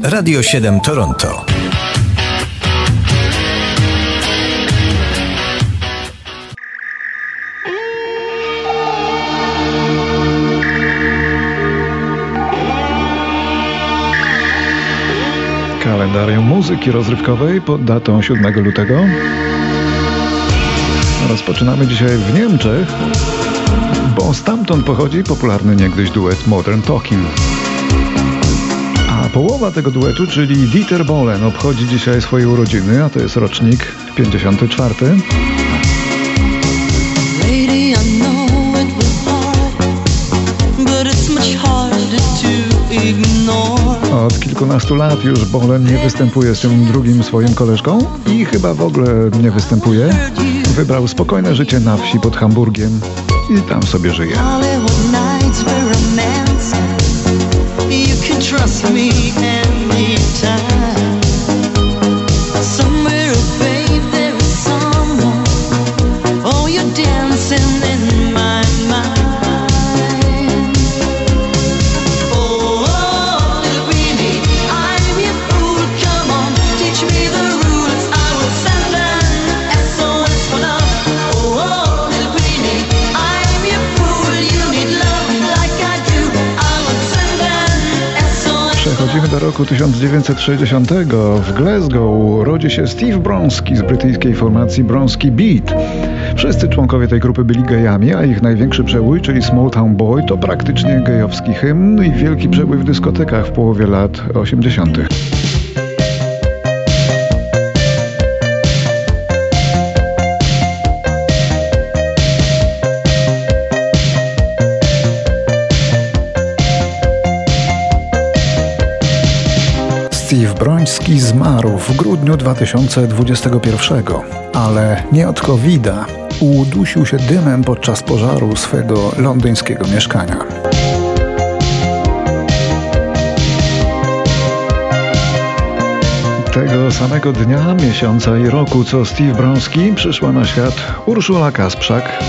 Radio 7 Toronto. Kalendarium muzyki rozrywkowej pod datą 7 lutego. Rozpoczynamy dzisiaj w Niemczech, bo stamtąd pochodzi popularny niegdyś duet Modern Talking. A połowa tego duetu, czyli Dieter Bohlen, obchodzi dzisiaj swoje urodziny, a to jest rocznik 54. Od kilkunastu lat już Bohlen nie występuje z tym drugim swoim koleżką i chyba w ogóle nie występuje. Wybrał spokojne życie na wsi pod Hamburgiem i tam sobie żyje. Przechodzimy do roku 1960. W Glasgow rodzi się Steve Bronski z brytyjskiej formacji Bronski Beat. Wszyscy członkowie tej grupy byli gejami, a ich największy przebój, czyli Small Town Boy, to praktycznie gejowski hymn i wielki przebój w dyskotekach w połowie lat 80. Steve Bronski zmarł w grudniu 2021, ale nie od COVID-a. Udusił się dymem podczas pożaru swego londyńskiego mieszkania. Tego samego dnia, miesiąca i roku co Steve Bronski przyszła na świat Urszula Kasprzak.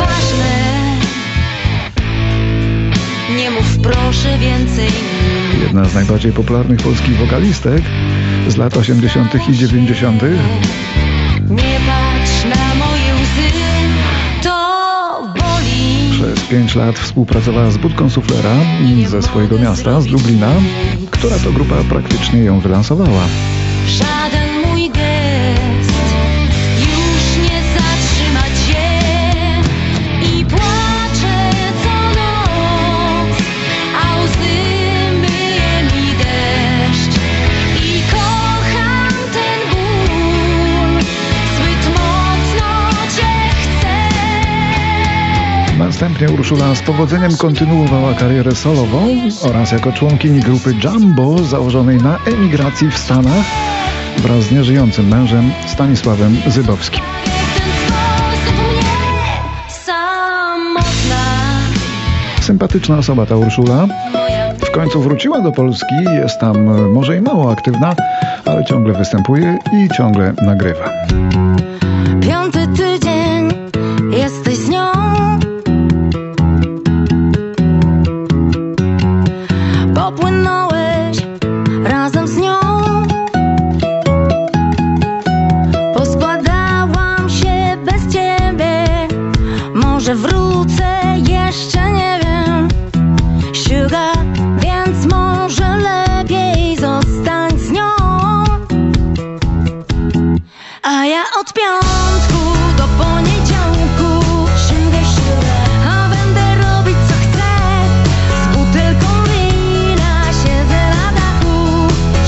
Nie mów proszę więcej. Jedna z najbardziej popularnych polskich wokalistek z lat 80. i 90. Nie patrz na moje łzy, to boli. Przez 5 lat współpracowała z Budką Suflera ze swojego miasta, z Lublina, która to grupa praktycznie ją wylansowała. Żaden mój gest już nie zatrzyma cię i płaczę co noc, a łzy myje mi deszcz i kocham ten ból, zbyt mocno cię chcę. Następnie Urszula z powodzeniem kontynuowała karierę solową oraz jako członkini grupy Jumbo założonej na emigracji w Stanach wraz z nieżyjącym mężem Stanisławem Zybowskim. Sympatyczna osoba ta Urszula. W końcu wróciła do Polski, jest tam może i mało aktywna, ale ciągle występuje i ciągle nagrywa. 5. tydzień, jesteś z nią. Popłynąłeś razem z nią. Poskładałam się bez ciebie. Może wrócę, jeszcze nie wiem. Sugar, więc może lepiej zostań z nią. A ja od piątku do poniedziałku a będę robić co chcę. Z butelką wina siedzę na dachu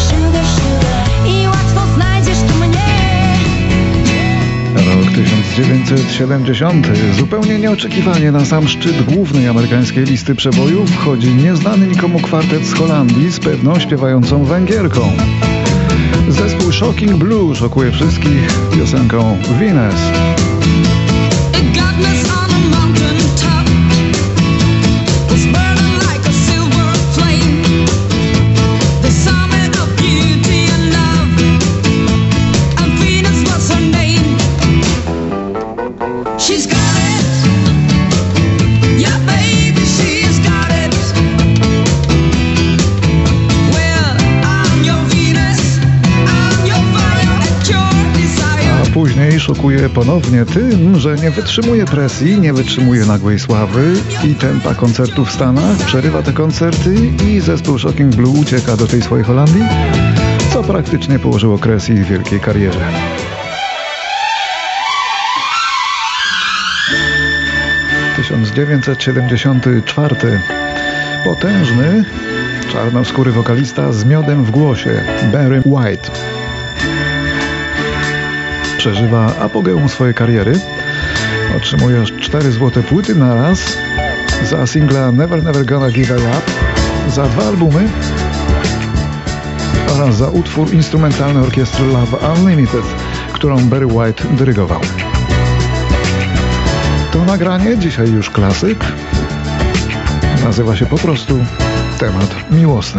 i łatwo znajdziesz tu mnie. Rok 1970. Zupełnie nieoczekiwanie na sam szczyt głównej amerykańskiej listy przebojów wchodzi nieznany nikomu kwartet z Holandii z pewną śpiewającą Węgierką. Zespół Shocking Blue szokuje wszystkich piosenką Venus. She's got it. Yeah, baby, she's got it. Well, I'm your szokuje ponownie tym, że nie wytrzymuje presji, nie wytrzymuje nagłej sławy i tempa koncertów w Stanach, przerywa te koncerty i zespół Shocking Blue ucieka do tej swojej Holandii, co praktycznie położyło kres ich wielkiej karierze. W 1974 potężny, czarnoskóry wokalista z miodem w głosie, Barry White, przeżywa apogeum swojej kariery. Otrzymuje aż 4 złote płyty na raz za singla Never Never Gonna Give It Up, za 2 albumy oraz za utwór instrumentalny orkiestry Love Unlimited, którą Barry White dyrygował. To nagranie, dzisiaj już klasyk, nazywa się po prostu Temat miłosny.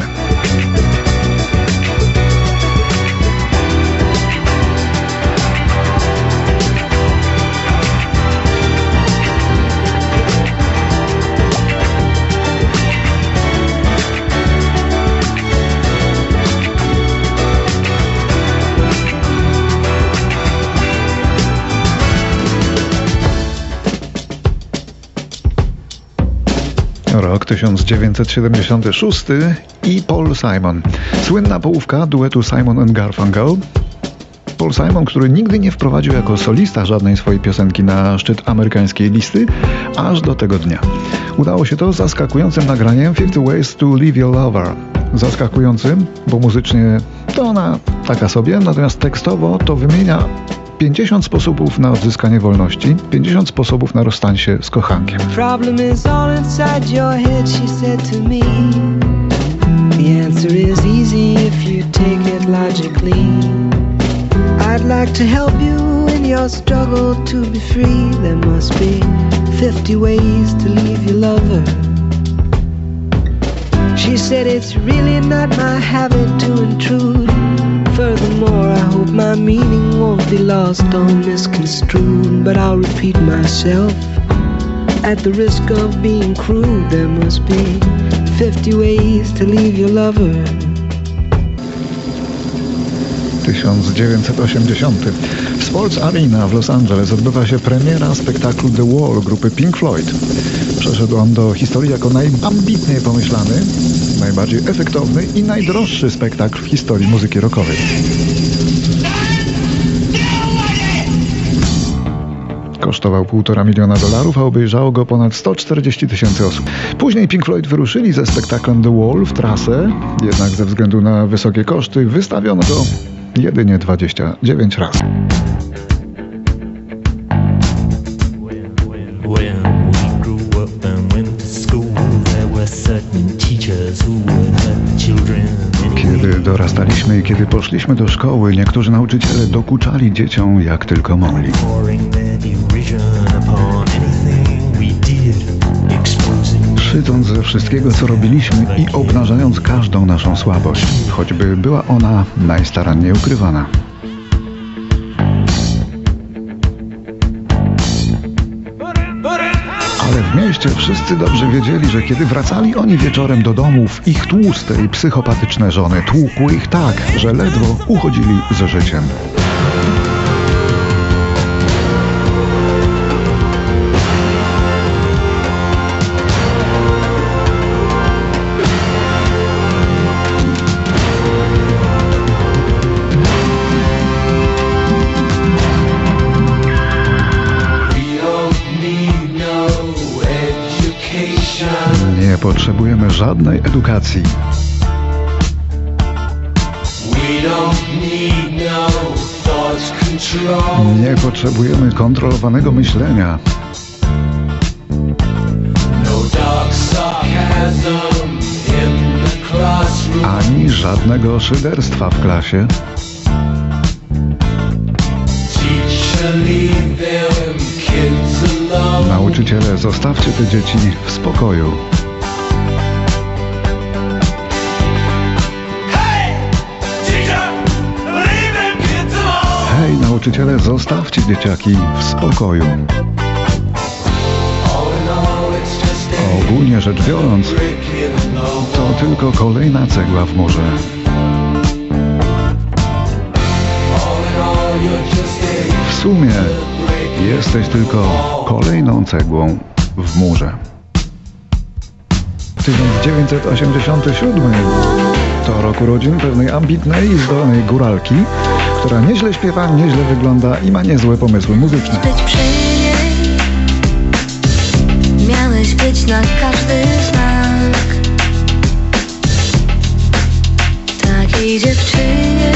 Rok 1976 i Paul Simon. Słynna połówka duetu Simon and Garfunkel. Paul Simon, który nigdy nie wprowadził jako solista żadnej swojej piosenki na szczyt amerykańskiej listy, aż do tego dnia. Udało się to zaskakującym nagraniem 50 Ways to Leave Your Lover. Zaskakującym, bo muzycznie to ona taka sobie, natomiast tekstowo to wymienia 50 sposobów na odzyskanie wolności, 50 sposobów na rozstanie się z kochankiem. Problem is all inside your head, she said to me. The answer is easy if you take it logically. I'd like to help you in your struggle to be free. There must be 50 ways to leave your lover. She said it's really not my habit to intrude. Furthermore, I hope my meaning won't be lost or misconstrued. But I'll repeat myself at the risk of being crude. There must be 50 ways to leave your lover. 1980. W Sports Arena w Los Angeles odbywa się premiera spektaklu The Wall grupy Pink Floyd. Przeszedł on do historii jako najambitniej pomyślany, najbardziej efektowny i najdroższy spektakl w historii muzyki rockowej. Kosztował $1,5 miliona, a obejrzało go ponad 140 000 osób. Później Pink Floyd wyruszyli ze spektaklem The Wall w trasę, jednak ze względu na wysokie koszty wystawiono go jedynie 29 razy. Kiedy dorastaliśmy i kiedy poszliśmy do szkoły, niektórzy nauczyciele dokuczali dzieciom jak tylko mogli. Szydząc ze wszystkiego, co robiliśmy i obnażając każdą naszą słabość, choćby była ona najstaranniej ukrywana. Ale w mieście wszyscy dobrze wiedzieli, że kiedy wracali oni wieczorem do domów, ich tłuste i psychopatyczne żony tłukły ich tak, że ledwo uchodzili z życiem. Nie potrzebujemy żadnej edukacji. Nie potrzebujemy kontrolowanego myślenia. Ani żadnego szyderstwa w klasie. Nauczyciele, zostawcie te dzieci w spokoju. Hej, nauczyciele, zostawcie dzieciaki w spokoju. Ogólnie rzecz biorąc, to tylko kolejna cegła w murze. W sumie jesteś tylko kolejną cegłą w murze. 1987 to rok urodzin pewnej ambitnej i zdolnej góralki, która nieźle śpiewa, nieźle wygląda i ma niezłe pomysły muzyczne. Być przy niej, miałeś być na każdy znak. Takiej dziewczynie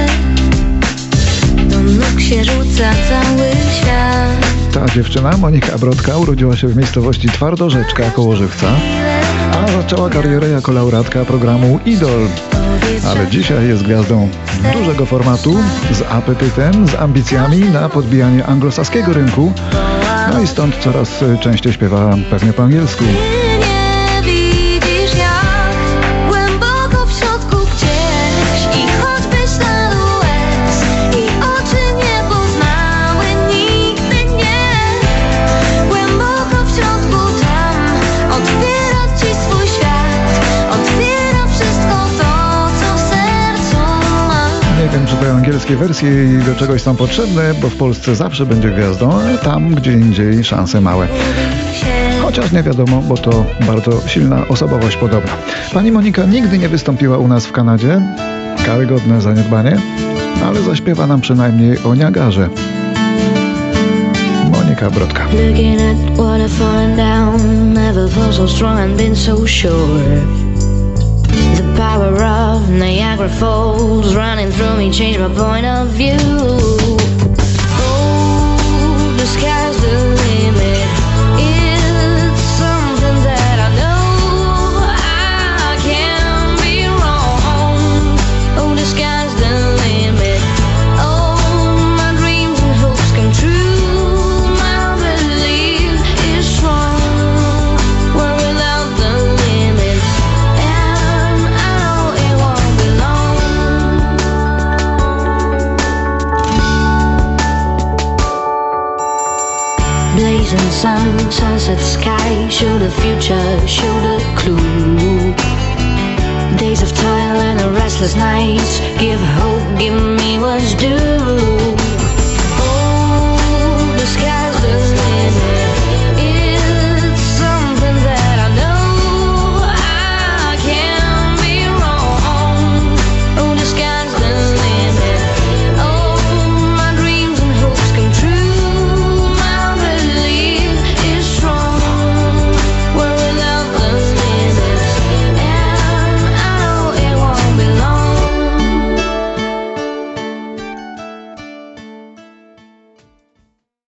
do nóg się rzuca cały świat. Ta dziewczyna, Monika Brodka, urodziła się w miejscowości Twardorzeczka koło Żywca, a zaczęła karierę jako laureatka programu Idol. Ale dzisiaj jest gwiazdą dużego formatu, z apetytem, z ambicjami na podbijanie anglosaskiego rynku. No i stąd coraz częściej śpiewa pewnie po angielsku. Nie widzisz jak głęboko w środku gdzieś i choćby śladu łez i oczy nie poznały nigdy nie. Głęboko w środku tam otwiera ci swój świat, otwiera wszystko to, co w sercu ma. Nie wiem, czy te angielskie wersje jej do czegoś są potrzebne, bo w Polsce zawsze będzie gwiazdą, a tam gdzie indziej szanse małe. Chociaż nie wiadomo, bo to bardzo silna osobowość podobna. Pani Monika nigdy nie wystąpiła u nas w Kanadzie. Karygodne zaniedbanie, ale zaśpiewa nam przynajmniej o Niagarze. Monika Brodka. Looking at water falling down, never felt so strong and been so sure. The power of Niagara Falls running through me changed my point of view. Oh, the sky's the limit. It's something that I know I can't be wrong. Oh, the sky's the limit. Oh, my dreams and hopes come true. My belief is strong. We're without the limits, and I know it won't be long. Blazing sun, sunset sky, show the future, show the clue. Days of toil and restless nights, give hope, give me what's due.